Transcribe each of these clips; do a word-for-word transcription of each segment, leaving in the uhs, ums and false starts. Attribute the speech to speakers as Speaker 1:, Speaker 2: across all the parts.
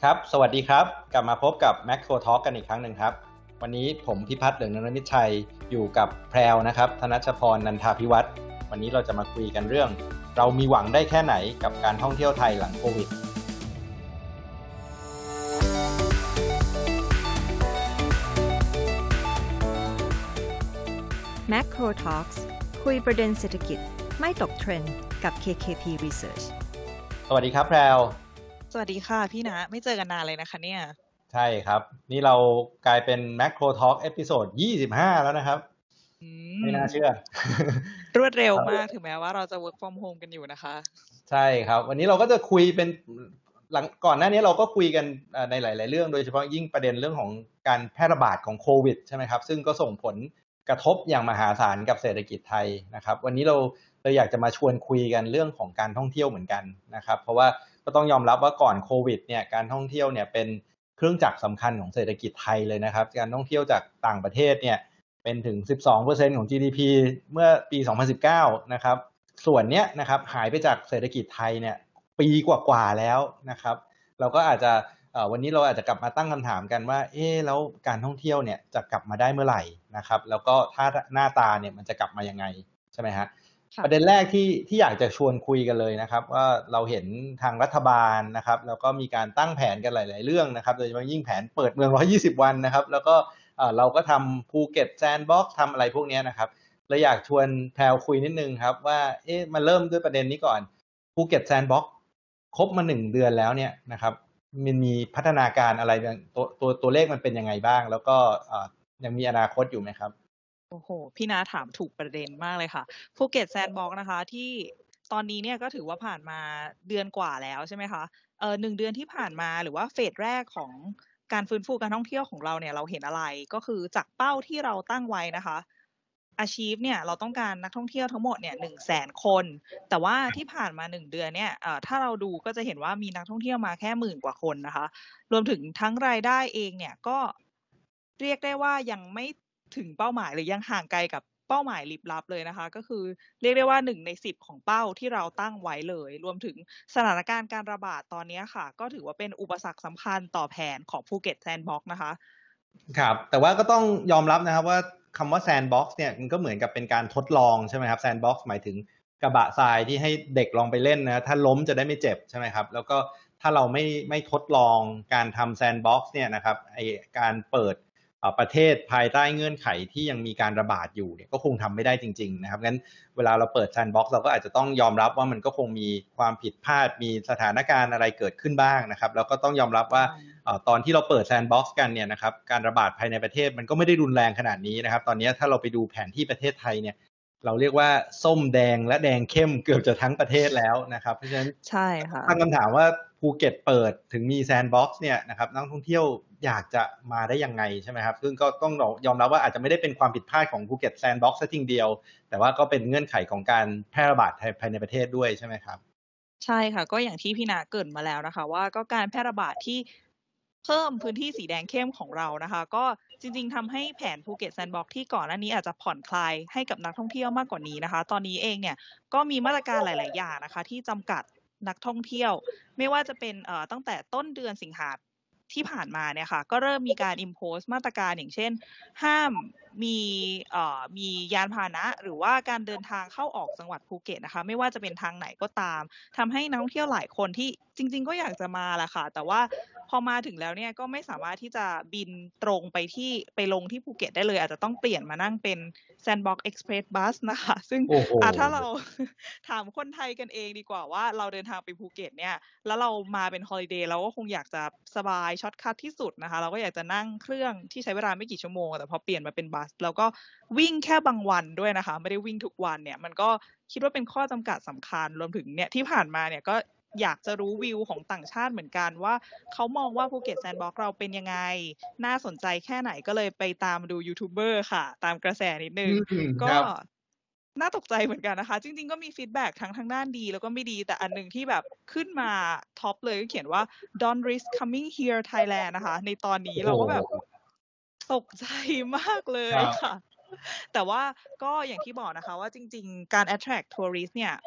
Speaker 1: ครับสวัสดีครับกลับมาพบกับ Macro Talk กันอีกครั้งหนึ่งครับวันนี้ผมพิพัฒน์เหลืองนรมิตรชัยอยู่กับแพรวนะครับธนชพรนันทาภิวัฒน์วันนี้เราจะมาคุยกันเรื่องเรามีหวังได้แค่ไหนกับการท่องเที่ยวไทยหลังโควิด
Speaker 2: Macro Talks คุยประเด็นเศรษฐกิจไม่ตกเทรนด์กับ เค เค พี Research
Speaker 1: สวัสดีครับแพรว
Speaker 3: สวัสดีค่ะพี่นะไม่เจอกันนานเลยนะคะเนี่ย
Speaker 1: ใช่ครับนี่เรากลายเป็น Macro Talk เอพิโซดยี่สิบห้าแล้วนะครับไม่น่าเชื่อ
Speaker 3: รวดเร็วมากถึงแม้ว่าเราจะ work from home กันอยู่นะคะ
Speaker 1: ใช่ครับวันนี้เราก็จะคุยเป็นหลังก่อนหน้านี้เราก็คุยกันในหลายๆเรื่องโดยเฉพาะยิ่งประเด็นเรื่องของการแพร่ระบาดของโควิดใช่ไหมครับซึ่งก็ส่งผลกระทบอย่างมหาศาลกับเศรษฐกิจไทยนะครับวันนี้เราเราอยากจะมาชวนคุยกันเรื่องของการท่องเที่ยวเหมือนกันนะครับเพราะว่าก็ต้องยอมรับว่าก่อนโควิดเนี่ยการท่องเที่ยวเนี่ยเป็นเครื่องจักรสำคัญของเศรษฐกิจไทยเลยนะครับการท่องเที่ยวจากต่างประเทศเนี่ยเป็นถึง สิบสองเปอร์เซ็นต์ ของ จี ดี พี เมื่อปีสองพันสิบเก้านะครับส่วนเนี้ยนะครับหายไปจากเศรษฐกิจไทยเนี่ยปีกว่าๆแล้วนะครับเราก็อาจจะวันนี้เราอาจจะกลับมาตั้งคำถามกันว่าเอ๊ะแล้วการท่องเที่ยวเนี่ยจะกลับมาได้เมื่อไหร่นะครับแล้วก็ถ้าหน้าตาเนี่ยมันจะกลับมายังไงใช่ไหมฮะประเด็นแรกที่ที่อยากจะชวนคุยกันเลยนะครับว่าเราเห็นทางรัฐบาลนะครับแล้วก็มีการตั้งแผนกันหลายๆเรื่องนะครับโดยเฉพาะยิ่งแผนเปิดเมืองหนึ่งร้อยยี่สิบวันนะครับแล้วก็เราก็ทำภูเก็ตแซนด์บ็อกซ์ทำอะไรพวกนี้นะครับเลยอยากชวนแพรวคุยนิดนึงครับว่าเอ๊ะมาเริ่มด้วยประเด็นนี้ก่อนภูเก็ตแซนด์บ็อกซ์ครบมาหนึ่งเดือนแล้วเนี่ยนะครับมันมีพัฒนาการอะไรตัวตัวตัวเลขมันเป็นยังไงบ้างแล้วก็ยังมีอนาคตอยู่ไหมครับ
Speaker 3: โอ้โหพี่นาถามถูกประเด็นมากเลยค่ะภูเก็ตแซนด์บ็อกซ์นะคะที่ตอนนี้เนี่ยก็ถือว่าผ่านมาเดือนกว่าแล้วใช่ไหมคะเออหนึ่งเดือนที่ผ่านมาหรือว่าเฟสแรกของการฟื้นฟูการท่องเที่ยวของเราเนี่ยเราเห็นอะไรก็คือจากเป้าที่เราตั้งไว้นะคะ achieve เนี่ยเราต้องการนักท่องเที่ยวทั้งหมดเนี่ย หนึ่งแสน คนแต่ว่าที่ผ่านมาหนึ่งเดือนเนี่ยเอ่อถ้าเราดูก็จะเห็นว่ามีนักท่องเที่ยวมาแค่หมื่นกว่าคนนะคะรวมถึงทั้งรายได้เองเนี่ยก็เรียกได้ว่ายังไม่ถึงเป้าหมายหรือยังห่างไกลกับเป้าหมายลิบลับเลยนะคะก็คือเรียกได้ว่าหนึ่งในสิบของเป้าที่เราตั้งไว้เลยรวมถึงสถานการณ์การระบาดตอนนี้ค่ะก็ถือว่าเป็นอุปสรรคสำคัญต่อแผนของภูเก็ตแซนด์บ็อกซ์นะคะ
Speaker 1: ครับแต่ว่าก็ต้องยอมรับนะครับว่าคำว่าแซนด์บ็อกซ์เนี่ยมันก็เหมือนกับเป็นการทดลองใช่ไหมครับแซนด์บ็อกซ์หมายถึงกระบะทรายที่ให้เด็กลองไปเล่นนะถ้าล้มจะได้ไม่เจ็บใช่ไหมครับแล้วก็ถ้าเราไม่ไม่ทดลองการทำแซนด์บ็อกซ์เนี่ยนะครับไอการเปิดประเทศภายใต้เงื่อนไขที่ยังมีการระบาดอยู่เนี่ยก็คงทำไม่ได้จริงๆนะครับงั้นเวลาเราเปิดแซนด์บ็อกซ์เราก็อาจจะต้องยอมรับว่ามันก็คงมีความผิดพลาดมีสถานการณ์อะไรเกิดขึ้นบ้างนะครับแล้วก็ต้องยอมรับว่าตอนที่เราเปิดแซนด์บ็อกซ์กันเนี่ยนะครับการระบาดภายในประเทศมันก็ไม่ได้รุนแรงขนาดนี้นะครับตอนนี้ถ้าเราไปดูแผนที่ประเทศไทยเนี่ยเราเรียกว่าส้มแดงและแดงเข้มเกือบจะทั้งประเทศแล้วนะครับเพราะฉะนั้น
Speaker 3: ใช่ค่ะ
Speaker 1: ตั้งคำถามว่าภูเก็ตเปิดถึงมีแซนด์บ็อกซ์เนี่ยนะครับนักท่องเที่ยวอยากจะมาได้ยังไงใช่ไหมครับซึ่งก็ต้องยอมรับว่าอาจจะไม่ได้เป็นความผิดพลาดของภูเก็ตแซนด์บ็อกซ์ซะทีเดียวแต่ว่าก็เป็นเงื่อนไขของการแพร่ระบาดภายในประเทศด้วยใช่ไหมครับ
Speaker 3: ใช่ค่ะก็อย่างที่พี่นาเกริ่นมาแล้วนะคะว่าก็การแพร่ระบาดที่เพิ่มพื้นที่สีแดงเข้มของเรานะคะก็จริงๆทำให้แผนภูเก็ตแซนด์บ็อกซ์ที่ก่อนหน้านี้อาจจะผ่อนคลายให้กับนักท่องเที่ยวมากกว่านี้นะคะตอนนี้เองเนี่ยก็มีมาตรการหลายๆอย่างนะคะที่จำกัดนักท่องเที่ยวไม่ว่าจะเป็นเอ่อตั้งแต่ต้นเดือนสิงหาที่ผ่านมาเนี่ยค่ะก็เริ่มมีการ impose มาตรการอย่างเช่นห้ามมีเอ่อมียานพาหนะหรือว่าการเดินทางเข้าออกจังหวัดภูเก็ตนะคะไม่ว่าจะเป็นทางไหนก็ตามทำให้นักท่องเที่ยวหลายคนที่จริงๆก็อยากจะมาแหละค่ะแต่ว่าพอมาถึงแล้วเนี่ยก็ไม่สามารถที่จะบินตรงไปที่ไปลงที่ภูเก็ตได้เลยอาจจะต้องเปลี่ยนมานั่งเป็น Sandbox Express Bus นะคะซึ่งอ่ะถ้าเราถามคนไทยกันเองดีกว่าว่าเราเดินทางไปภูเก็ตเนี่ยแล้วเรามาเป็นฮอลิเดย์เราก็คงอยากจะสบายช็อตคัทที่สุดนะคะเราก็อยากจะนั่งเครื่องที่ใช้เวลาไม่กี่ชั่วโมงแต่พอเปลี่ยนมาเป็นบัสแล้วก็วิ่งแค่บางวันด้วยนะคะไม่ได้วิ่งทุกวันเนี่ยมันก็คิดว่าเป็นข้อจำกัดสำคัญรวมถึงเนี่ยที่ผ่านมาเนี่ยก็อยากจะรู้วิวของต่างชาติเหมือนกันว่าเขามองว่าภูเก็ตแซนด์บ็อกซ์เราเป็นยังไงน่าสนใจแค่ไหนก็เลยไปตามดูยูทูบเบอร์ค่ะตามกระแสนิดนึงก็น่าตกใจเหมือนกันนะคะจริงๆก็มีฟีดแบ็กทั้งทางด้านดีแล้วก็ไม่ดีแต่อันนึงที่แบบขึ้นมาท็อปเลยก็เขียนว่า don't risk coming here Thailand นะคะในตอนนี้เราก็แบบตกใจมากเลยค่ะแต่ว่าก็อย่างที่บอกนะคะว่าจริงๆการ attract tourist เนี่ย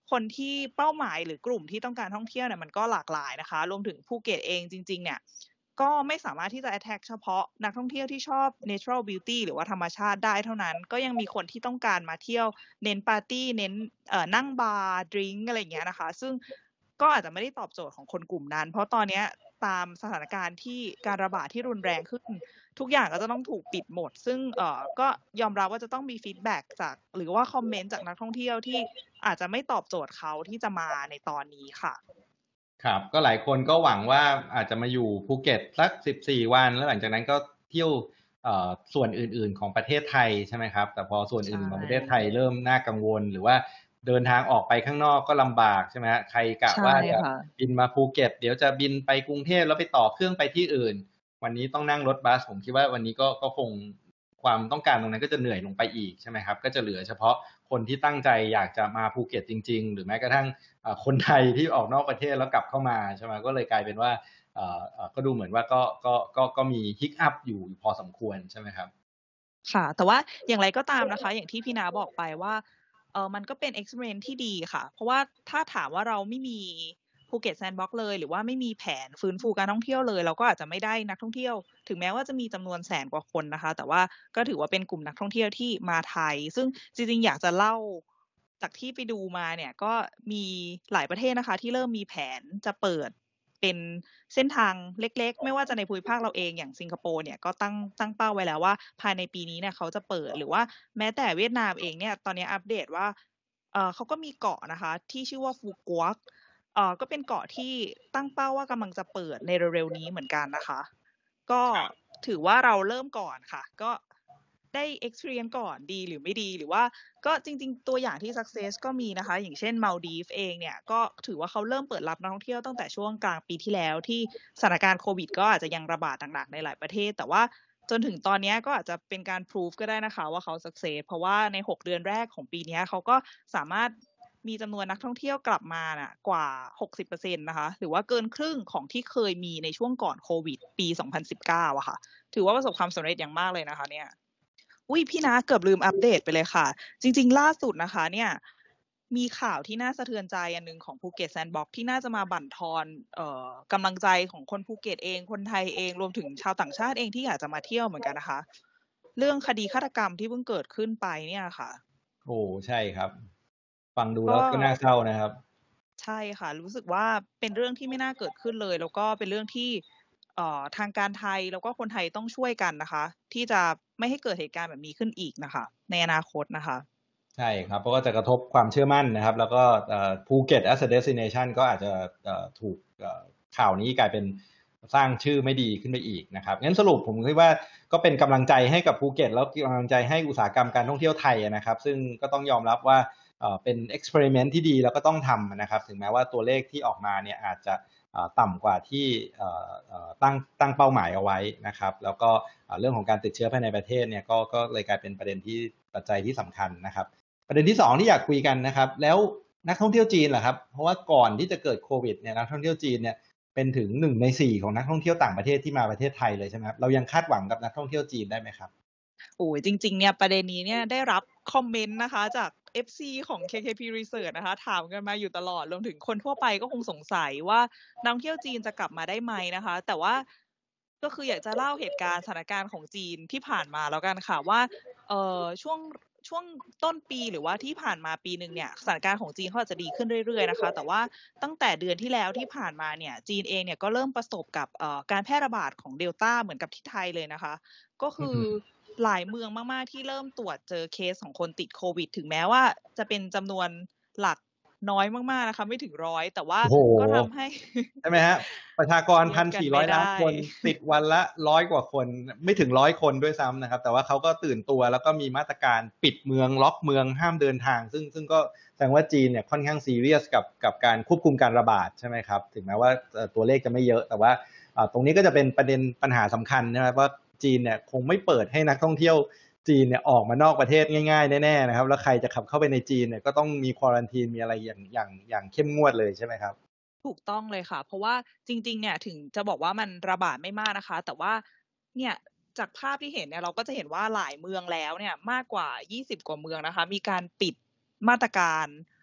Speaker 3: คนที่เป้าหมายหรือกลุ่มที่ต้องการท่องเที่ยวเนี่ยมันก็หลากหลายนะคะรวมถึงภูเก็ตเองจริงๆเนี่ยก็ไม่สามารถที่จะ attack เฉพาะนักท่องเที่ยวที่ชอบ natural beauty หรือว่าธรรมชาติได้เท่านั้นก็ยังมีคนที่ต้องการมาเที่ยวเน้นปาร์ตี้เน้นเอ่อนั่งบาร์ดริงก์อะไรอย่างเงี้ยนะคะซึ่งก็อาจจะไม่ได้ตอบโจทย์ของคนกลุ่มนั้นเพราะตอนนี้ตามสถานการณ์ที่การระบาดที่รุนแรงขึ้นทุกอย่างก็จะต้องถูกปิดหมดซึ่งเอ่อก็ยอมรับว่าจะต้องมีฟีดแบ็กจากหรือว่าคอมเมนต์จากนักท่องเที่ยวที่อาจจะไม่ตอบโจทย์เขาที่จะมาในตอนนี้ค่ะ
Speaker 1: ครับก็หลายคนก็หวังว่าอาจจะมาอยู่ภูเก็ตสักสิบสี่วันแล้วหลังจากนั้นก็เที่ยวเอ่อส่วนอื่นๆของประเทศไทยใช่ไหมครับแต่พอส่วนอื่นๆของประเทศไทยเริ่มน่ากังวลหรือว่าเดินทางออกไปข้างนอกก็ลำบากใช่ไหมฮะใครกะว่าจะบินมาภูเก็ตเดี๋ยวจะบินไปกรุงเทพแล้วไปต่อเครื่องไปที่อื่นวันนี้ต้องนั่งรถบัสผมคิดว่าวันนี้ก็ก็คงความต้องการตรงนั้นก็จะเหนื่อยลงไปอีกใช่ไหมครับก็จะเหลือเฉพาะคนที่ตั้งใจอยากจะมาภูเก็ตจริงๆหรือแม้กระทั่งคนไทยที่ออกนอกประเทศแล้วกลับเข้ามาใช่ไหมก็เลยกลายเป็นว่าก็ดูเหมือนว่าก็ก็ก็ก็มีฮิกอัพอยู่พอสมควรใช่ไหมครับ
Speaker 3: ค่ะแต่ว่าอย่างไรก็ตามนะคะอย่างที่พี่นาบอกไปว่าเออมันก็เป็น experience ที่ดีค่ะเพราะว่าถ้าถามว่าเราไม่มีภูเก็ตแซนด์บ็อกซ์เลยหรือว่าไม่มีแผนฟื้นฟูการท่องเที่ยวเลยเราก็อาจจะไม่ได้นักท่องเที่ยวถึงแม้ว่าจะมีจำนวนแสนกว่าคนนะคะแต่ว่าก็ถือว่าเป็นกลุ่มนักท่องเที่ยวที่มาไทยซึ่งจริงๆอยากจะเล่าจากที่ไปดูมาเนี่ยก็มีหลายประเทศนะคะที่เริ่มมีแผนจะเปิดเป็นเส้นทางเล็กๆไม่ว่าจะในภูมิภาคเราเองอย่างสิงคโปร์เนี่ยก็ตั้งตั้งเป้าไว้แล้วว่าภายในปีนี้เนี่ยเขาจะเปิดหรือว่าแม้แต่เวียดนามเองเนี่ยตอนนี้อัปเดตว่าเอ่อเขาก็มีเกาะนะคะที่ชื่อว่าฟูกวกเอ่อก็เป็นเกาะที่ตั้งเป้าว่ากำลังจะเปิดในเร็วๆนี้เหมือนกันนะคะก็ถือว่าเราเริ่มก่อนค่ะก็ได้ experience ก่อนดีหรือไม่ดีหรือว่าก็จริงๆตัวอย่างที่ success ก็มีนะคะอย่างเช่นมาลดีฟเองเนี่ยก็ถือว่าเขาเริ่มเปิดรับนักท่องเที่ยวตั้งแต่ช่วงกลางปีที่แล้วที่สถานการณ์โควิดก็อาจจะยังระบาดหนักๆในหลายประเทศแต่ว่าจนถึงตอนนี้ก็อาจจะเป็นการ proof ก็ได้นะคะว่าเขา success เพราะว่าในหกเดือนแรกของปีนี้เขาก็สามารถมีจำนวนนักท่องเที่ยวกลับมาน่ะกว่า หกสิบเปอร์เซ็นต์ นะคะหรือว่าเกินครึ่งของที่เคยมีในช่วงก่อนโควิดปีสองพันสิบเก้าอะค่ะถือว่าประสบความสำเร็จอย่างมากเลยนะคะเนี่ยอุ้ยพี่นะเกือบลืมอัปเดตไปเลยค่ะจริงๆล่าสุดนะคะเนี่ยมีข่าวที่น่าสะเทือนใจอันนึงของภูเก็ตแซนด์บ็อกซ์ที่น่าจะมาบั่นทอนเอ่อกำลังใจของคนภูเก็ตเองคนไทยเองรวมถึงชาวต่างชาติเองที่อยากจะมาเที่ยวเหมือนกันนะคะเรื่องคดีฆาตกรรมที่เพิ่งเกิดขึ้นไปเนี่ยค่ะ
Speaker 1: โอ้ใช่ครับฟังดูแล้วก็น่าเศร้านะครับ
Speaker 3: ใช่ค่ะรู้สึกว่าเป็นเรื่องที่ไม่น่าเกิดขึ้นเลยแล้วก็เป็นเรื่องที่เอ่อทางการไทยแล้วก็คนไทยต้องช่วยกันนะคะที่จะไม่ให้เกิดเหตุการณ์แบบนี้ขึ้นอีกนะคะในอนาคตนะคะ
Speaker 1: ใช่ครับเพราะก็จะกระทบความเชื่อมั่นนะครับแล้วก็ภูเก็ต as a destination ก็อาจจะถูกข่าวนี้กลายเป็นสร้างชื่อไม่ดีขึ้นไปอีกนะครับงั้นสรุปผมคิดว่าก็เป็นกำลังใจให้กับภูเก็ตแล้วกำลังใจให้อุตสาหกรรมการท่องเที่ยวไทยนะครับซึ่งก็ต้องยอมรับว่าเป็น experiment ที่ดีแล้วก็ต้องทำนะครับถึงแม้ว่าตัวเลขที่ออกมาเนี่ยอาจจะต่ำกว่าที่ตั้งตั้งเป้าหมายเอาไว้นะครับแล้วก็เรื่องของการติดเชื้อภายในประเทศเนี่ยก็ก็เลยกลายเป็นประเด็นที่ปัจจัยที่สำคัญนะครับประเด็นที่สองที่อยากคุยกันนะครับแล้วนักท่องเที่ยวจีนล่ะครับเพราะว่าก่อนที่จะเกิดโควิดเนี่ยนักท่องเที่ยวจีนเนี่ยเป็นถึงหนึ่งในสี่ของนักท่องเที่ยวต่างประเทศที่มาประเทศไทยเลยใช่ไหมครับเรายังคาดหวังกับนักท่องเที่ยวจีนได้ไหมครับ
Speaker 3: โอ้ยจริงๆเนี่ยประเด็นนี้เนี่ยได้รับคอมเมนต์นะคะจาก เอฟ ซี ของ เค เค พี Research นะคะถามกันมาอยู่ตลอดรวมถึงคนทั่วไปก็คงสงสัยว่านักท่องเที่ยวจีนจะกลับมาได้ไหมนะคะแต่ว่าก็คืออยากจะเล่าเหตุการณ์สถานการณ์ของจีนที่ผ่านมาแล้วกันค่ะว่าเอ่อช่วงช่วงต้นปีหรือว่าที่ผ่านมาปีนึงเนี่ยสถานการณ์ของจีนเขาอาจจะดีขึ้นเรื่อยๆนะคะแต่ว่าตั้งแต่เดือนที่แล้วที่ผ่านมาเนี่ยจีนเองเนี่ยก็เริ่มประสบกับเอ่อการแพร่ระบาดของเดลต้าเหมือนกับที่ไทยเลยนะคะก็คือหลายเมืองมากๆที่เริ่มตรวจเจอเคสของคนติดโควิดถึงแม้ว่าจะเป็นจำนวนหลักน้อยมากๆนะคะไม่ถึงร้อยแต่ว่าก็ทำให้
Speaker 1: ใช่ไหมฮะประชากร หนึ่งพันสี่ร้อย ล้านคนติดวันละร้อยกว่าคนไม่ถึงร้อยคนด้วยซ้ำนะครับแต่ว่าเขาก็ตื่นตัวแล้วก็มีมาตรการปิดเมืองล็อกเมืองห้ามเดินทางซึ่งซึ่งก็แสดงว่าจีนเนี่ยค่อนข้างซีเรียสกับกับการควบคุมการระบาดใช่ไหมครับถึงแม้ว่าตัวเลขจะไม่เยอะแต่ว่าตรงนี้ก็จะเป็นประเด็นปัญหาสำคัญนะครับว่าจีนเนี่ยคงไม่เปิดให้นักท่องเที่ยวจีนเนี่ยออกมานอกประเทศง่ายๆแน่ๆนะครับแล้วใครจะขับเข้าไปในจีนเนี่ยก็ต้องมีควอรันทีนมีอะไรอย่างอย่างอย่างเข้มงวดเลยใช่ไหมครับ
Speaker 3: ถูกต้องเลยค่ะเพราะว่าจริงๆเนี่ยถึงจะบอกว่ามันระบาดไม่มากนะคะแต่ว่าเนี่ยจากภาพที่เห็นเนี่ยเราก็จะเห็นว่าหลายเมืองแล้วเนี่ยมากกว่ายี่สิบกว่าเมืองนะคะมีการปิดมาตรการ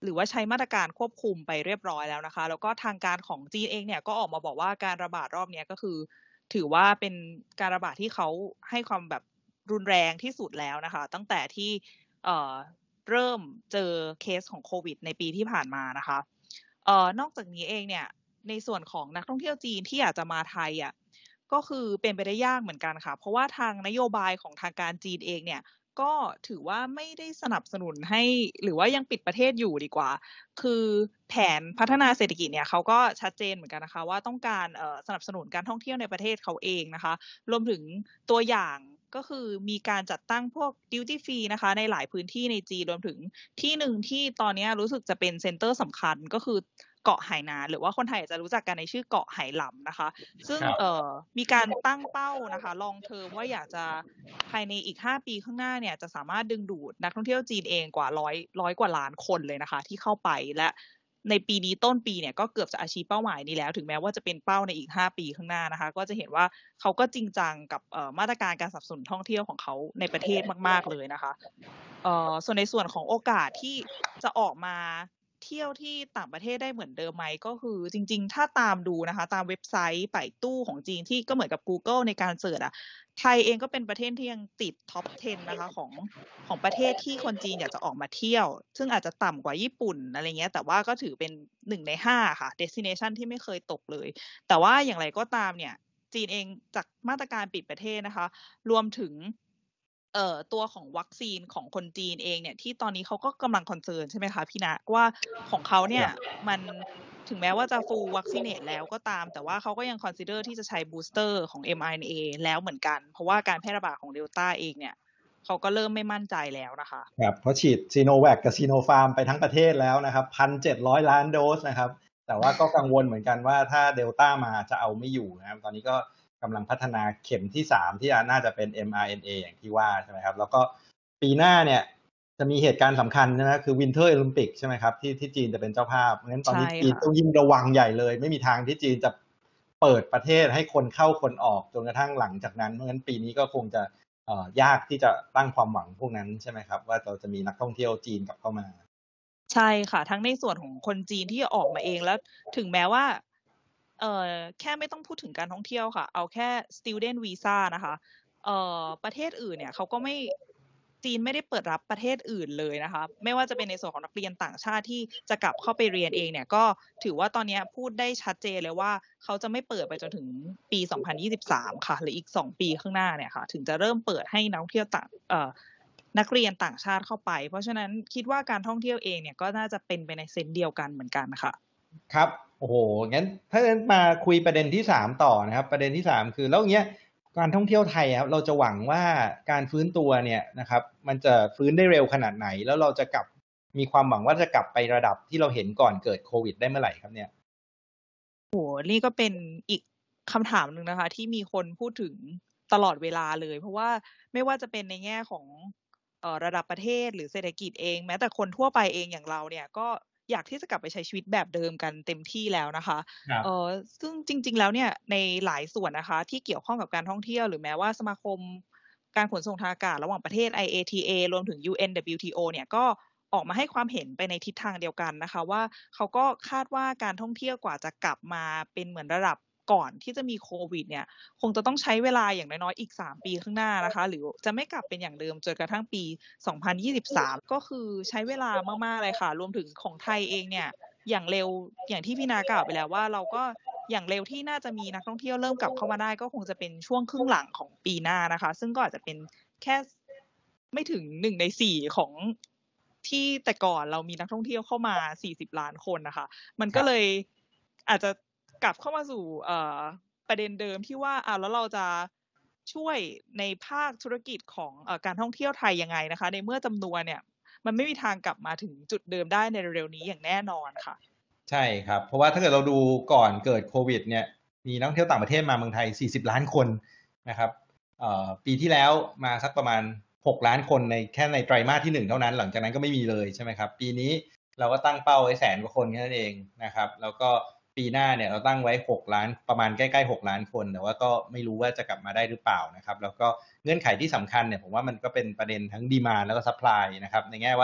Speaker 3: หรือว่าใช้มาตรการควบคุมไปเรียบร้อยแล้วนะคะแล้วก็ทางการของจีนเองเนี่ยก็ออกมาบอกว่าการระบาดรอบนี้ก็คือถือว่าเป็นการระบาดที่เขาให้ความแบบรุนแรงที่สุดแล้วนะคะตั้งแต่ที่เอ่อเริ่มเจอเคสของโควิดในปีที่ผ่านมานะคะเอ่อนอกจากนี้เองเนี่ยในส่วนของนักท่องเที่ยวจีนที่อยากจะมาไทยอ่ะก็คือเป็นไปได้ยากเหมือนกันค่ะเพราะว่าทางนโยบายของทางการจีนเองเนี่ยก็ถือว่าไม่ได้สนับสนุนให้หรือว่ายังปิดประเทศอยู่ดีกว่าคือแผนพัฒนาเศรษฐกิจเนี่ยเขาก็ชัดเจนเหมือนกันนะคะว่าต้องการเอ่อสนับสนุนการท่องเที่ยวในประเทศเขาเองนะคะรวมถึงตัวอย่างก็คือมีการจัดตั้งพวก duty free นะคะในหลายพื้นที่ในจีนรวมถึงที่หนึ่งที่ตอนนี้รู้สึกจะเป็นเซ็นเตอร์สำคัญก็คือเกาะไหหนานหรือว่าคนไทยอาจจะรู้จักกันในชื่อเกาะไหหลำนะคะซึ่งเอ่อมีการตั้งเป้านะคะลองเทอมว่าอยากจะภายในอีกห้าปีข้างหน้าเนี่ยจะสามารถดึงดูดนักท่องเที่ยวจีนเองกว่าร้อยร้อยกว่าล้านคนเลยนะคะที่เข้าไปและในปีนี้ต้นปีเนี่ยก็เกือบจะอาชีพเป้าหมายนี้แล้วถึงแม้ว่าจะเป็นเป้าในอีกห้าปีข้างหน้านะคะก็จะเห็นว่าเขาก็จริงจังกับเอ่อมาตรการการสนับสนุนท่องเที่ยวของเขาในประเทศมากๆเลยนะคะเอ่อส่วนในส่วนของโอกาสที่จะออกมาเที่ยวที่ต่างประเทศได้เหมือนเดิมไหมก็คือจริงๆถ้าตามดูนะคะตามเว็บไซต์ป่ายตู้ของจีนที่ก็เหมือนกับ Google ในการเสิร์ชอ่ะไทยเองก็เป็นประเทศที่ยังติดท็อปสิบนะคะของของประเทศที่คนจีนอยากจะออกมาเที่ยวซึ่งอาจจะต่ำกว่าญี่ปุ่นอะไรเงี้ยแต่ว่าก็ถือเป็นหนึ่งในห้าค่ะ destination ที่ไม่เคยตกเลยแต่ว่าอย่างไรก็ตามเนี่ยจีนเองจากมาตรการปิดประเทศนะคะรวมถึงเอ่อตัวของวัคซีนของคนจีนเองเนี่ยที่ตอนนี้เขาก็กำลังคอนเซิร์นใช่ไหมคะพี่ณว่าของเขาเนี่ยมันถึงแม้ว่าจะ full vaccinate แล้วก็ตามแต่ว่าเขาก็ยัง consider ที่จะใช้ booster ของ เอ็ม อาร์ เอ็น เอ แล้วเหมือนกันเพราะว่าการแพร่ระบาดของ Delta เองเนี่ยเขาก็เริ่มไม่มั่นใจแล้วนะคะ
Speaker 1: ครับเพราะฉีดซีโนแวคกับซีโนฟาร์มไปทั้งประเทศแล้วนะครับ หนึ่งพันเจ็ดร้อย ล้านโดสนะครับแต่ว่าก็กังวลเหมือนกันว่าถ้าเดลต้ามาจะเอาไม่อยู่นะครับตอนนี้ก็กำลังพัฒนาเข็มที่สามที่น่าจะเป็น เอ็ม อาร์ เอ็น เอ อย่างที่ว่าใช่ไหมครับแล้วก็ปีหน้าเนี่ยจะมีเหตุการณ์สำคัญนะคือวินเทอร์โอลิมปิกใช่ไหมครับที่ที่จีนจะเป็นเจ้าภาพเพราะฉะนั้นตอนนี้จีนต้องยิ่งระวังใหญ่เลยไม่มีทางที่จีนจะเปิดประเทศให้คนเข้าคนออกจนกระทั่งหลังจากนั้นเพราะฉะนั้นปีนี้ก็คงจะเอ่อยากที่จะตั้งความหวังพวกนั้นใช่ไหมครับว่าเราจะมีนักท่องเที่ยวจีนกลับเข้ามา
Speaker 3: ใช่ค่ะทั้งในส่วนของคนจีนที่ออกมาเองแล้วถึงแม้ว่าเอ่อแค่ไม่ต้องพูดถึงการท่องเที่ยวค่ะเอาแค่ student visa นะคะเอ่อประเทศอื่นเนี่ยเขาก็ไม่จีนไม่ได้เปิดรับประเทศอื่นเลยนะคะไม่ว่าจะเป็นในส่วนของนักเรียนต่างชาติที่จะกลับเข้าไปเรียนเองเนี่ยก็ถือว่าตอนนี้พูดได้ชัดเจนเลยว่าเขาจะไม่เปิดไปจนถึงปีสองพันยี่สิบสามค่ะหรืออีกสองปีข้างหน้าเนี่ยค่ะถึงจะเริ่มเปิดให้นักท่องเที่ยวต่างเอ่อนักเรียนต่างชาติเข้าไปเพราะฉะนั้นคิดว่าการท่องเที่ยวเองเนี่ยก็น่าจะเป็นไปในเซนส์เดียวกันเหมือนกันค่ะ
Speaker 1: ครับโอ้โหงั้นถ้างั้นมาคุยประเด็นที่สามต่อนะครับประเด็นที่สามคือแล้วเงี้ยการท่องเที่ยวไทยครับเราจะหวังว่าการฟื้นตัวเนี่ยนะครับมันจะฟื้นได้เร็วขนาดไหนแล้วเราจะกลับมีความหวังว่าจะกลับไประดับที่เราเห็นก่อนเกิดโควิดได้เมื่อไหร่ครับเนี่ย
Speaker 3: โอ้โหนี่ก็เป็นอีกคำถามหนึ่งนะคะที่มีคนพูดถึงตลอดเวลาเลยเพราะว่าไม่ว่าจะเป็นในแง่ของเอ่อระดับประเทศหรือเศรษฐกิจเองแม้แต่คนทั่วไปเองอย่างเราเนี่ยก็อยากที่จะกลับไปใช้ชีวิตแบบเดิมกันเต็มที่แล้วนะคะเอ่อซึ่งจริงๆแล้วเนี่ยในหลายส่วนนะคะที่เกี่ยวข้องกับการท่องเที่ยวหรือแม้ว่าสมาคมการขนส่งทางอากาศระหว่างประเทศ ไอ เอ ที เอ รวมถึง ยู เอ็น ดับเบิลยู ที โอ เนี่ยก็ออกมาให้ความเห็นไปในทิศทางเดียวกันนะคะว่าเขาก็คาดว่าการท่องเที่ยวกว่าจะกลับมาเป็นเหมือนระดับก่อนที่จะมีโควิดเนี่ยคงจะต้องใช้เวลาอย่างน้อยๆอีกสามปีข้างหน้านะคะหรือจะไม่กลับเป็นอย่างเดิมจนกระทั่งปีสองพันยี่สิบสามก็คือใช้เวลามากๆเลยค่ะรวมถึงของไทยเองเนี่ยอย่างเร็วอย่างที่พี่นากล่าวไปแล้วว่าเราก็อย่างเร็วที่น่าจะมีนักท่องเที่ยวเริ่มกลับเข้ามาได้ก็คงจะเป็นช่วงครึ่งหลังของปีหน้านะคะซึ่งก็อาจจะเป็นแค่ไม่ถึงหนึ่งในสี่ของที่แต่ก่อนเรามีนักท่องเที่ยวเข้ามาสี่สิบล้านคนนะคะมันก็เลยอาจจะกลับเข้ามาสู่เอ่อประเด็นเดิมที่ว่าอ้าวแล้วเราจะช่วยในภาคธุรกิจของเอ่อการท่องเที่ยวไทยยังไงนะคะในเมื่อจำนวนเนี่ยมันไม่มีทางกลับมาถึงจุดเดิมได้ในเร็วๆนี้อย่างแน่นอนค่ะ
Speaker 1: ใช่ครับเพราะว่าถ้าเกิดเราดูก่อนเกิดโควิดเนี่ยมีนักท่องเที่ยวต่างประเทศมาเมืองไทยสี่สิบล้านคนนะครับเอ่อปีที่แล้วมาสักประมาณหกล้านคนในแค่ในไตรมาสที่หนึ่งเท่านั้นหลังจากนั้นก็ไม่มีเลยใช่ไหมครับปีนี้เราก็ตั้งเป้าไว้แสนกว่าคนแค่นั้นเองนะครับแล้วก็ปีหน้าเนี่ยเราตั้งไว้หกล้านประมาณใกล้ๆหกล้านคนแต่ว่าก็ไม่รู้ว่าจะกลับมาได้หรือเปล่านะครับแล้วก็เงื่อนไขที่สำคัญเนี่ยผมว่ามันก็เป็นประเด็นทั้งดีมานด์แล้วก็ซัพพลายนะครับในแง่ว่า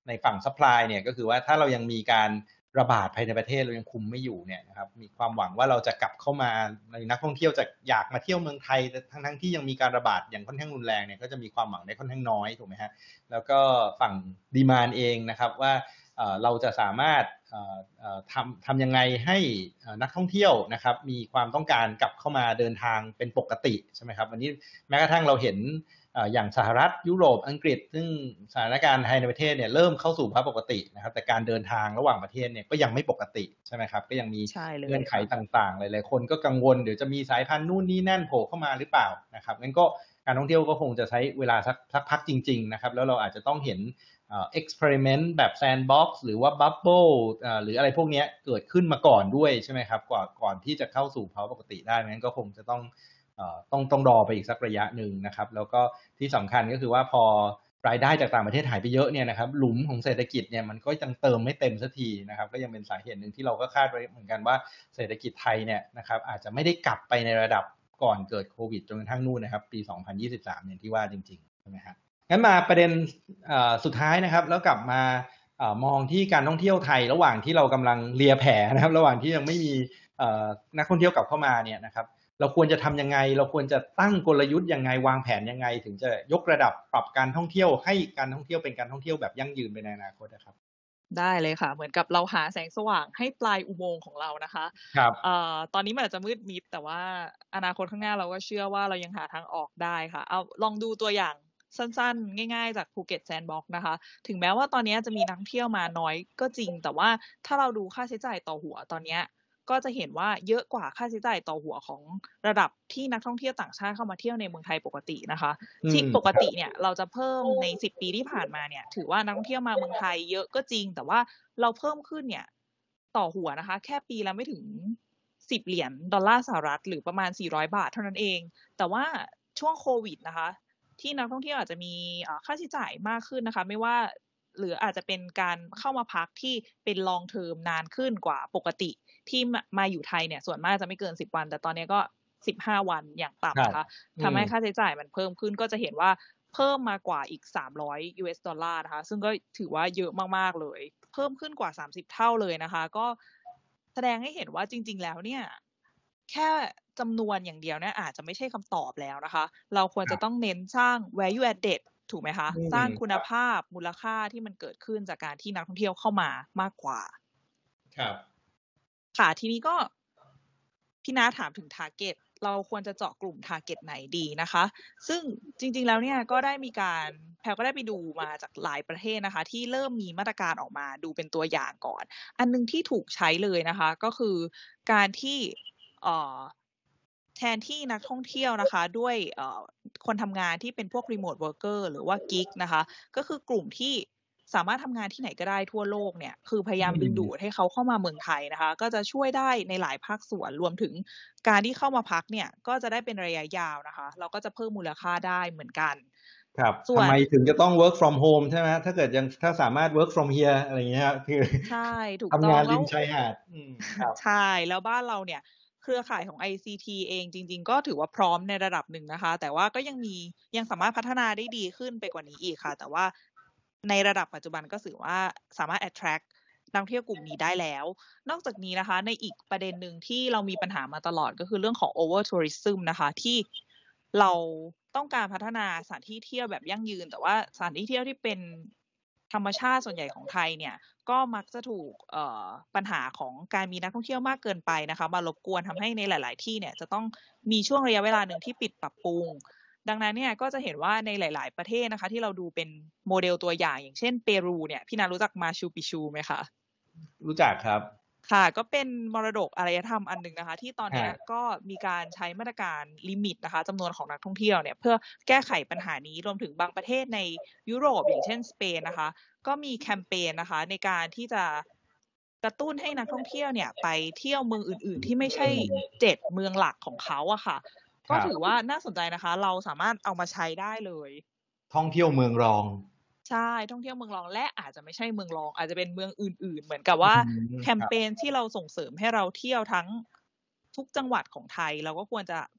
Speaker 1: ในฝั่งซัพพลายเนี่ยก็คือว่าถ้าเรายังมีการระบาดภายในประเทศเรายังคุมไม่อยู่เนี่ยนะครับมีความหวังว่าเราจะกลับเข้ามาในนักท่องเที่ยวจะอยากมาเที่ยวเมืองไทยทั้งทั้งที่ยังมีการระบาดอย่างค่อนข้างรุนแรงเนี่ยก็จะมีความหวังได้ค่อนข้างน้อยถูกไหมฮะแล้วก็ฝั่งดีมานด์เองนะครับว่าเราจะสามารถทำทำยังไงให้นักท่องเที่ยวนะครับมีความต้องการกลับเข้ามาเดินทางเป็นปกติใช่ไหมครับวันนี้แม้กระทั่งเราเห็นอย่างสหรัฐยุโรปอังกฤษซึ่งสถานการณ์ภายในประเทศเนี่ยเริ่มเข้าสู่ภาวะปกตินะครับแต่การเดินทางระหว่างประเทศเนี่ยก็ยังไม่ปกติใช่ไหมครับก็ยังมีเงื่อนไขต่างๆหลายๆคนก็กังวลเดี๋ยวจะมีสายพันธุ์นู่นนี่นั่นโผล่เข้ามาหรือเปล่านะครับงั้นก็การท่องเที่ยวก็คงจะใช้เวลาสักสักพักจริงๆนะครับแล้วเราอาจจะต้องเห็นเอ่อ experiment แบบ sandbox หรือว่า bubble เอ่อหรืออะไรพวกนี้เกิดขึ้นมาก่อนด้วยใช่ไหมครับก่อนก่อนที่จะเข้าสู่ภาวะปกติได้งั้นก็คงจะต้องเอ่อต้องต้องรอไปอีกสักระยะหนึ่งนะครับแล้วก็ที่สำคัญก็คือว่าพอรายได้จากต่างประเทศหายไปเยอะเนี่ยนะครับหลุมของเศรษฐกิจเนี่ยมันก็ยังเติมไม่เต็มสักทีนะครับก็ยังเป็นสาเหตุหนึ่งที่เราก็คาดไว้เหมือนกันว่าเศรษฐกิจไทยเนี่ยนะครับอาจจะไม่ได้กลับไปในระดับก่อนเกิดโควิดจนกระทั่งนู่นนะครับปีสองพันยี่สิบสามอย่างที่ว่าจริงๆใช่ไหมครับงั้นมาประเด็นสุดท้ายนะครับแล้วกลับมามองที่การท่องเที่ยวไทยระหว่างที่เรากำลังเลียแผลนะครับระหว่างที่ยังไม่มีนักท่องเที่ยวกลับเข้ามาเนี่ยนะครับเราควรจะทำยังไงเราควรจะตั้งกลยุทธ์ยังไงวางแผนยังไงถึงจะยกระดับปรับการท่องเที่ยวให้การท่องเที่ยวเป็นการท่องเที่ยวแบบยั่งยืนไปในอนาคตนะครับ
Speaker 3: ได้เลยค่ะเหมือนกับเราหาแสงสว่างให้ปลายอุโมงค์ของเรานะคะ
Speaker 1: ครับ
Speaker 3: เอ่อตอนนี้มันอาจจะมืดมิดแต่ว่าอนาคตข้างหน้าเราก็เชื่อว่าเรายังหาทางออกได้ค่ะเอาลองดูตัวอย่างสั้นๆง่ายๆจากภูเก็ตแซนด์บ็อกซ์นะคะถึงแม้ว่าตอนนี้จะมีนักท่องเที่ยวมาน้อยก็จริงแต่ว่าถ้าเราดูค่าใช้จ่ายต่อหัวตอนนี้ก็จะเห็นว่าเยอะกว่าค่าใช้จ่ายต่อหัวของระดับที่นักท่องเที่ยวต่างชาติเข้ามาเที่ยวในเมืองไทยปกตินะคะที่ปกติเนี่ยเราจะเพิ่มในสิบปีที่ผ่านมาเนี่ยถือว่านักท่องเที่ยวมาเมืองไทยเยอะก็จริงแต่ว่าเราเพิ่มขึ้นเนี่ยต่อหัวนะคะแค่ปีละไม่ถึงสิบเหรียญดอลลาร์สหรัฐหรือประมาณสี่ร้อยบาทเท่านั้นเองแต่ว่าช่วงโควิดนะคะที่นักท่องเที่ยวอาจจะมีค่าใช้จ่ายมากขึ้นนะคะไม่ว่าหรืออาจจะเป็นการเข้ามาพักที่เป็น long term นานขึ้นกว่าปกติที่มาอยู่ไทยเนี่ยส่วนมากจะไม่เกินสิบวันแต่ตอนนี้ก็สิบห้าวันอย่างต่ำนะคะทำให้ค่าใช้จ่ายมันเพิ่มขึ้นก็จะเห็นว่าเพิ่มมากว่าอีกสามร้อย ยู เอส ดอลลาร์นะคะซึ่งก็ถือว่าเยอะมากๆเลยเพิ่มขึ้นกว่าสามสิบเท่าเลยนะคะก็แสดงให้เห็นว่าจริงๆแล้วเนี่ยแค่จำนวนอย่างเดียวเนี่ยอาจจะไม่ใช่คำตอบแล้วนะคะเราควรจะต้องเน้นสร้าง value added ถูกไหมคะสร้างคุณภาพมูลค่าที่มันเกิดขึ้นจากการที่นักท่องเที่ยวเข้ามามากกว่า
Speaker 1: ครับ
Speaker 3: ค่ะทีนี้ก็พี่น้าถามถึง target เราควรจะเจาะกลุ่ม target ไหนดีนะคะซึ่งจริงๆแล้วเนี่ยก็ได้มีการแพรก็ได้ไปดูมาจากหลายประเทศนะคะที่เริ่มมีมาตรการออกมาดูเป็นตัวอย่างก่อนอันนึงที่ถูกใช้เลยนะคะก็คือการที่เอ่อแทนที่นักท่องเที่ยวนะคะด้วยเอ่อคนทำงานที่เป็นพวก remote worker หรือว่า gig นะคะก็คือกลุ่มที่สามารถทำงานที่ไหนก็ได้ทั่วโลกเนี่ยคือพยายามดึงดูดให้เขาเข้ามาเมืองไทยนะคะก็จะช่วยได้ในหลายภาคส่วนรวมถึงการที่เข้ามาพักเนี่ยก็จะได้เป็นระยะยาวนะคะเราก็จะเพิ่มมูลค่าได้เหมือนกัน
Speaker 1: ครับทำไมถึงจะต้อง work from home ใช่ไหมถ้าเกิดยังถ้าสามารถ work from here อะไรอย่างเงี้ยคือ
Speaker 3: ใช่ถูก
Speaker 1: ต้องทำงานริมชายหาด
Speaker 3: ใช่แล้วบ้านเราเนี่ยเครือข่ายของ ไอ ซี ที เองจริงๆก็ถือว่าพร้อมในระดับหนึ่งนะคะแต่ว่าก็ยังมียังสามารถพัฒนาได้ดีขึ้นไปกว่านี้อีกค่ะแต่ว่าในระดับปัจจุบันก็ถือว่าสามารถ attract นักท่องเที่ยวกลุ่มนี้ได้แล้วนอกจากนี้นะคะในอีกประเด็นหนึ่งที่เรามีปัญหามาตลอดก็คือเรื่องของ over tourism นะคะที่เราต้องการพัฒนาสถานที่เที่ยวแบบยั่งยืนแต่ว่าสถานที่เที่ยวที่เป็นธรรมชาติส่วนใหญ่ของไทยเนี่ยก็มักจะถูกเอ่อปัญหาของการมีนักท่องเที่ยวมากเกินไปนะคะมารบกวนทำให้ในหลายๆที่เนี่ยจะต้องมีช่วงระยะเวลาหนึ่งที่ปิดปรับปรุงดังนั้นเนี่ยก็จะเห็นว่าในหลายๆประเทศนะคะที่เราดูเป็นโมเดลตัวอย่างอย่างเช่นเปรูเนี่ยพี่นารู้จักมาชูปิชูไหมคะ
Speaker 1: รู้จักครับ
Speaker 3: ค่ะก็เป็นมรดกอารยธรรมอันนึงนะคะที่ตอนนี้ก็มีการใช้มาตรการลิมิตนะคะจำนวนของนักท่องเที่ยวเนี่ยเพื่อแก้ไขปัญหานี้รวมถึงบางประเทศในยุโรปอย่างเช่นสเปนนะคะก็มีแคมเปญนะคะในการที่จะกระตุ้นให้นักท่องเที่ยวเนี่ยไปเที่ยวเมืองอื่นๆที่ไม่ใช่เจ็ดเมืองหลักของเขาอะค่ะก็ถือว่าน่าสนใจนะคะเราสามารถเอามาใช้ได้เลย
Speaker 1: ท่องเที่ยวเมืองรอง
Speaker 3: ใช่ท่องเที่ยวเมืองรองและอาจจะไม่ใช่เมืองรองอาจจะเป็นเมืองอื่นๆเหมือนกับว่าแคมเปญที่เราส่งเสริมให้เราเที่ยวทั้งทุกจังหวัดของไทยเราก็ควรจะ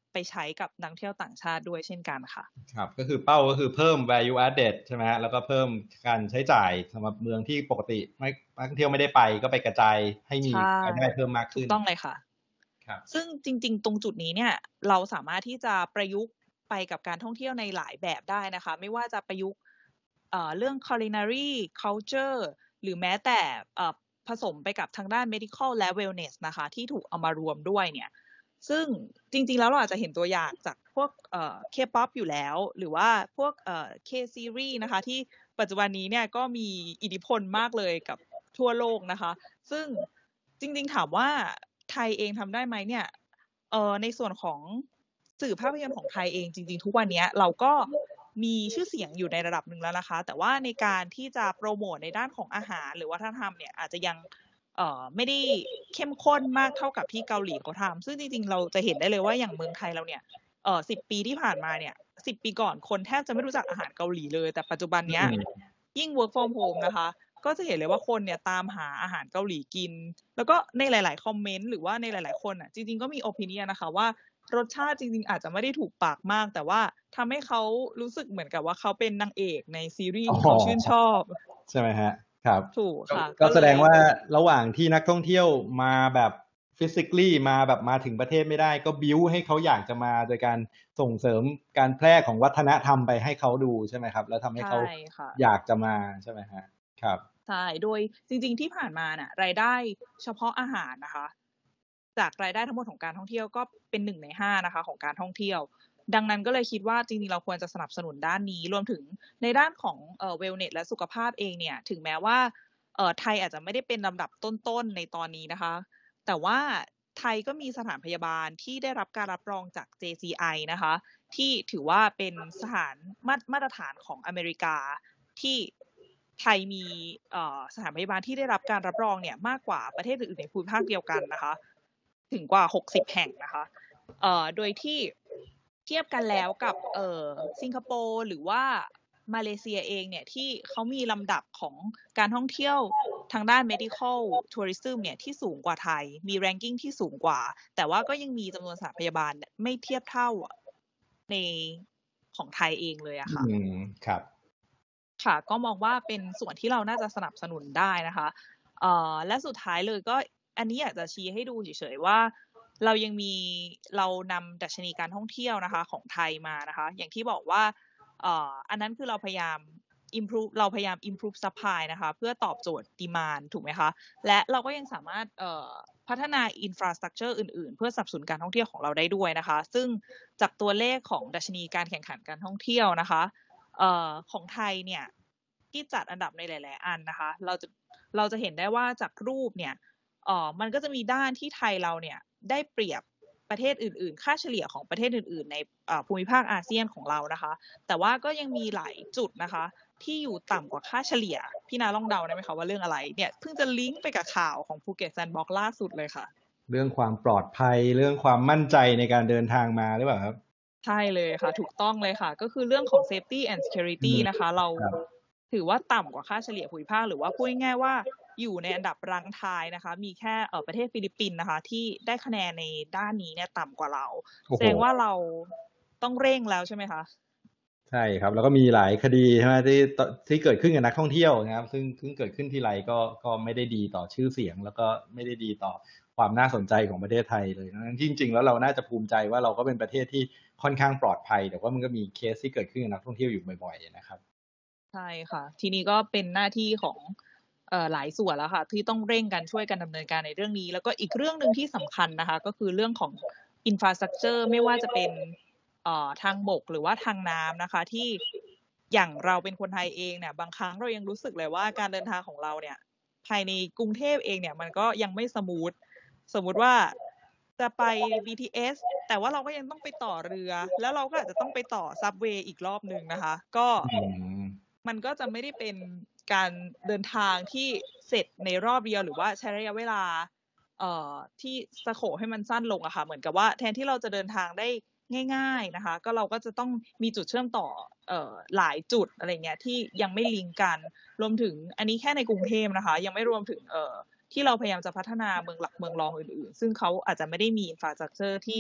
Speaker 3: ไปใช้กับนักท่องเที่ยวต่างชาติด้วยเช่นกันค่ะ
Speaker 1: ครับก็คือเป้าก็คือเพิ่ม value added ใช่ไหมฮะแล้วก็เพิ่มการใช้จ่ายสำหรับเมืองที่ปกติไม่นักท่องเที่ยวไม่ได้ไปก็ไปกระจายให้มีรายได้เพิ่มมากขึ้น
Speaker 3: ถูกต้องเลยค่ะ
Speaker 1: ครับ
Speaker 3: ซึ่งจริงๆตรงจุดนี้เนี่ยเราสามารถที่จะประยุกต์ไปกับการท่องเที่ยวในหลายแบบได้นะคะไม่ว่าจะประยุกต์เอ่อเรื่อง culinary culture หรือแม้แต่เอ่อผสมไปกับทางด้าน medical และ wellness นะคะที่ถูกเอามารวมด้วยเนี่ยซึ่งจริงๆแล้วเราอาจจะเห็นตัวอย่างจากพวกเอ่อ K-pop อยู่แล้วหรือว่าพวกเอ่อ K-series นะคะที่ปัจจุบันนี้เนี่ยก็มีอิทธิพลมากเลยกับทั่วโลกนะคะซึ่งจริงๆถามว่าไทยเองทำได้ไหมเนี่ยเอ่อในส่วนของสื่อภาพยนตร์ของไทยเองจริงๆทุกวันนี้เราก็มีชื่อเสียงอยู่ในระดับหนึ่งแล้วนะคะแต่ว่าในการที่จะโปรโมทในด้านของอาหารหรือวัฒนธรรมเนี่ยอาจจะยังเอ่อไม่ได้เข้มข้นมากเท่ากับที่เกาหลีเขาทำซึ่งจริงๆเราจะเห็นได้เลยว่าอย่างเมืองไทยเราเนี่ยเอ่อสิบปีที่ผ่านมาเนี่ยสิบปีก่อนคนแทบจะไม่รู้จักอาหารเกาหลีเลยแต่ปัจจุบันเนี้ยยิ่ง work from home นะคะก็จะเห็นเลยว่าคนเนี่ยตามหาอาหารเกาหลีกินแล้วก็ในหลายๆคอมเมนต์หรือว่าในหลายๆคนอ่ะจริงๆก็มี opinion นะคะว่ารสชาติจริงๆอาจจะไม่ได้ถูกปากมากแต่ว่าทำให้เขารู้สึกเหมือนกับว่าเขาเป็นนางเอกในซีรีส์ที่เขาชื่นชอบ
Speaker 1: ใช่ไหมฮะครับ
Speaker 3: ถูกค่ะ
Speaker 1: ก็แสดงว่าระหว่างที่นักท่องเที่ยวมาแบบ physically มาแบบมาถึงประเทศไม่ได้ก็บิ้วให้เขาอยากจะมาโดยการส่งเสริมการแพร่ของวัฒนธรรมไปให้เขาดูใช่ไหมครับแล้วทำให้เขาอยากจะมาใช่ไหมฮะครับ
Speaker 3: ใช่โดยจริงๆที่ผ่านมาน่ะรายได้เฉพาะอาหารนะคะจากรายได้ทั้งหมดของการท่องเที่ยวก็เป็นหนึ่งในห้านะคะของการท่องเที่ยวดังนั้นก็เลยคิดว่าจริงๆเราควรจะสนับสนุนด้านนี้รวมถึงในด้านของเอ่อ wellness และสุขภาพเองเนี่ยถึงแม้ว่าเอ่อไทยอาจจะไม่ได้เป็นลำดับต้นๆในตอนนี้นะคะแต่ว่าไทยก็มีสถานพยาบาลที่ได้รับการรับรองจาก เจ ซี ไอ นะคะที่ถือว่าเป็นสถานมาตรฐานของอเมริกาที่ไทยมีเอ่อสถานพยาบาลที่ได้รับการรับรองเนี่ยมากกว่าประเทศอื่นๆในภูมิภาคเดียวกันนะคะถึงกว่าหกสิบแห่งนะคะเอ่อโดยที่เทียบกันแล้วกับเอ่อสิงคโปร์หรือว่ามาเลเซียเองเนี่ยที่เขามีลำดับของการท่องเที่ยวทางด้าน medical tourism เนี่ยที่สูงกว่าไทยมี ranking ที่สูงกว่าแต่ว่าก็ยังมีจำนวนสถานพยาบาลไม่เทียบเท่าในของไทยเองเลยอะค่ะ
Speaker 1: อืมครับ
Speaker 3: ค่ะก็มองว่าเป็นส่วนที่เราน่าจะสนับสนุนได้นะคะเอ่อและสุดท้ายเลยก็อันนี้อยากจะชี้ให้ดูเฉยๆว่าเรายังมีเรานำดัชนีการท่องเที่ยวนะคะของไทยมานะคะอย่างที่บอกว่าเอ่ออันนั้นคือเราพยายาม improve เราพยายาม improve supply นะคะเพื่อตอบโจทย์ demand ถูกไหมคะและเราก็ยังสามารถเอ่อพัฒนา infrastructure อื่นๆเพื่อสนับสนุนการท่องเที่ยวของเราได้ด้วยนะคะซึ่งจากตัวเลขของดัชนีการแข่งขันการท่องเที่ยวนะคะเอ่อของไทยเนี่ยที่จัดอันดับในหลายๆอันนะคะเราจะเราจะเห็นได้ว่าจากรูปเนี่ยเอ่อมันก็จะมีด้านที่ไทยเราเนี่ยได้เปรียบประเทศอื่นๆค่าเฉลี่ยของประเทศอื่นๆในภูมิภาคอาเซียนของเรานะคะแต่ว่าก็ยังมีหลายจุดนะคะที่อยู่ต่ำกว่าค่าเฉลี่ยพี่นาลองเดาได้ไหมคะว่าเรื่องอะไรเนี่ยเพิ่งจะลิงก์ไปกับข่าวของภูเก็ตแซนด์บ็อกซ์ล่าสุดเลยค่ะ
Speaker 1: เรื่องความปลอดภัยเรื่องความมั่นใจในการเดินทางมาหรือเปล่าครับ
Speaker 3: ใช่เลยค่ะถูกต้องเลยค่ะก็คือเรื่องของ safety and security นะคะเราถือว่าต่ำกว่าค่าเฉลี่ยภูมิภาคหรือว่าพูดง่ายๆว่าอยู่ในอันดับรังท้ายนะคะมีแค่เอ่อประเทศฟิลิปปินส์นะคะที่ได้คะแนนในด้านนี้เนี่ยต่ำกว่าเราแสดงว่าเราต้องเร่งแล้วใช่ไหมคะ
Speaker 1: ใช่ครับแล้วก็มีหลายคดีใช่ไหมที่ที่เกิดขึ้นกับนักท่องเที่ยวนะครับซึ่งซึ่งเกิดขึ้นทีไรก็ก็ไม่ได้ดีต่อชื่อเสียงแล้วก็ไม่ได้ดีต่อความน่าสนใจของประเทศไทยเลยจริงๆแล้วเราน่าจะภูมิใจว่าเราก็เป็นประเทศที่ค่อนข้างปลอดภัยแต่ว่ามันก็มีเคสที่เกิดขึ้นกับนักท่องเที่ยวอยู่บ่อยๆนะครับ
Speaker 3: ใช่ค่ะทีนี้ก็เป็นหน้าที่ของเอ่อหลายส่วนแล้วค่ะที่ต้องเร่งกันช่วยกันดำเนินการในเรื่องนี้แล้วก็อีกเรื่องนึงที่สำคัญนะคะก็คือเรื่องของ infrastructure ไม่ว่าจะเป็นเอ่อทางบกหรือว่าทางน้ำนะคะที่อย่างเราเป็นคนไทยเองเนี่ยบางครั้งเรายังรู้สึกเลยว่าการเดินทางของเราเนี่ยภายในกรุงเทพเองเนี่ยมันก็ยังไม่สมูทสมมุติว่าจะไป บี ที เอส แต่ว่าเราก็ยังต้องไปต่อเรือแล้วเราก็อาจจะต้องไปต่อซับเวย์อีกรอบนึงนะคะก็มันก็จะไม่ได้เป็นการเดินทางที่เสร็จในรอบเดียวหรือว่าใช้ระยะเวลาเอ่อที่สโคปให้มันสั้นลงอะค่ะเหมือนกับว่าแทนที่เราจะเดินทางได้ง่ายๆนะคะก็เราก็จะต้องมีจุดเชื่อมต่อเอ่อหลายจุดอะไรเงี้ยที่ยังไม่ลิงก์กันรวมถึงอันนี้แค่ในกรุงเทพนะคะยังไม่รวมถึงเอ่อที่เราพยายามจะพัฒนาเมืองหลักเมืองรองอื่นๆซึ่งเขาอาจจะไม่ได้มีอินฟราสตรัคเจอร์ที่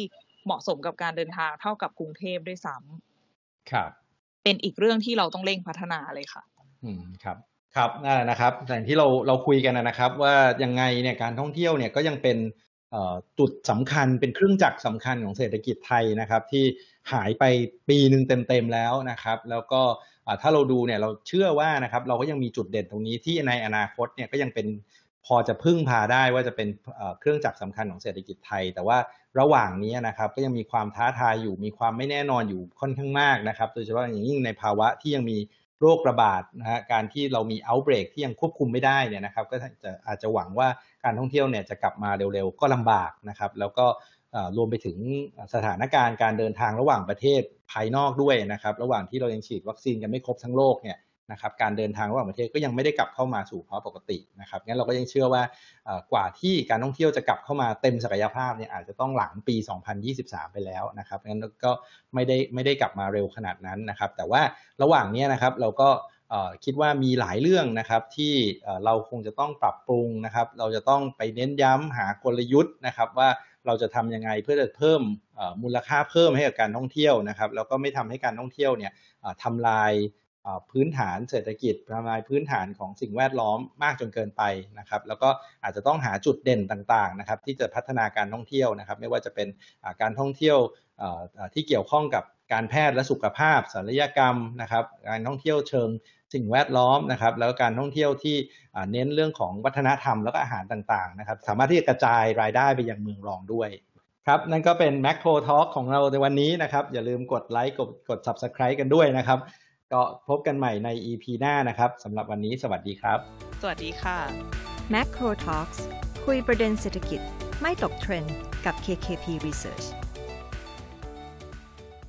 Speaker 3: เหมาะสมกับการเดินทางเท่ากับกรุงเทพด้วยซ้
Speaker 1: ำครับ
Speaker 3: เป็นอีกเรื่องที่เราต้องเร่งพัฒนาเลยค่ะ
Speaker 1: อืมครับครับนั่นแหละนะครับอย่างที่เราเราคุยกันนะครับว่ายังไงเนี่ยการท่องเที่ยวเนี่ยก็ยังเป็นจุดสำคัญเป็นเครื่องจักรสำคัญของเศรษฐกิจไทยนะครับที่หายไปปีนึงเต็มๆแล้วนะครับแล้วก็ถ้าเราดูเนี่ยเราเชื่อว่านะครับเราก็ยังมีจุดเด่นตรงนี้ที่ในอนาคตเนี่ยก็ยังเป็นพอจะพึ่งพาได้ว่าจะเป็นเครื่องจักรสำคัญของเศรษฐกิจไทยแต่ว่าระหว่างนี้นะครับก็ยังมีความท้าทายอยู่มีความไม่แน่นอนอยู่ค่อนข้างมากนะครับโดยเฉพาะอย่างยิ่งในภาวะที่ยังมีโรคระบาดนะฮะการที่เรามี outbreak ที่ยังควบคุมไม่ได้เนี่ยนะครับก็จะอาจจะหวังว่าการท่องเที่ยวเนี่ยจะกลับมาเร็วๆก็ลำบากนะครับแล้วก็รวมไปถึงสถานการณ์การเดินทางระหว่างประเทศภายนอกด้วยนะครับระหว่างที่เรายังฉีดวัคซีนกันไม่ครบทั้งโลกเนี่ยนะครับการเดินทางระหว่างประเทศก็ยังไม่ได้กลับเข้ามาสู่ภาวะปกตินะครับงั้นเราก็ยังเชื่อว่ากว่าที่การท่องเที่ยวจะกลับเข้ามาเต็มศักยภาพเนี่ยอาจจะต้องหลังปีสองพันยี่สิบสามไปแล้วนะครับงั้นก็ไม่ได้ไม่ได้กลับมาเร็วขนาดนั้นนะครับแต่ว่าระหว่างนี้นะครับเราก็คิดว่ามีหลายเรื่องนะครับที่เราคงจะต้องปรับปรุงนะครับเราจะต้องไปเน้นย้ำหากลยุทธ์นะครับว่าเราจะทำยังไงเพื่อจะเพิ่มมูลค่าเพิ่มให้กับการท่องเที่ยวนะครับแล้วก็ไม่ทำให้การท่องเที่ยวเนี่ยทำลายพื้นฐานเศรษฐกิจทำลายพื้นฐานของสิ่งแวดล้อมมากจนเกินไปนะครับแล้วก็อาจจะต้องหาจุดเด่นต่างๆนะครับที่จะพัฒนาการท่องเที่ยวนะครับไม่ว่าจะเป็นการท่องเที่ยวที่เกี่ยวข้องกับการแพทย์และสุขภาพศัลยกรรมนะครับการท่องเที่ยวเชิงสิ่งแวดล้อมนะครับแล้วก็การท่องเที่ยวที่เน้นเรื่องของวัฒนธรรมแล้วก็อาหารต่างๆนะครับสามารถที่จะกระจายรายได้ไปยังเมืองรองด้วยครับนั่นก็เป็น Macro Talk ของเราในวันนี้นะครับอย่าลืมกดไลค์กดกด Subscribe กันด้วยนะครับก็พบกันใหม่ใน อี พี หน้านะครับสำหรับวันนี้สวัสดีครับ
Speaker 3: สวัสดีค่ะ
Speaker 2: Macro Talks คุยประเด็นเศรษฐกิจไม่ตกเทรนด์กับ เค เค พี Research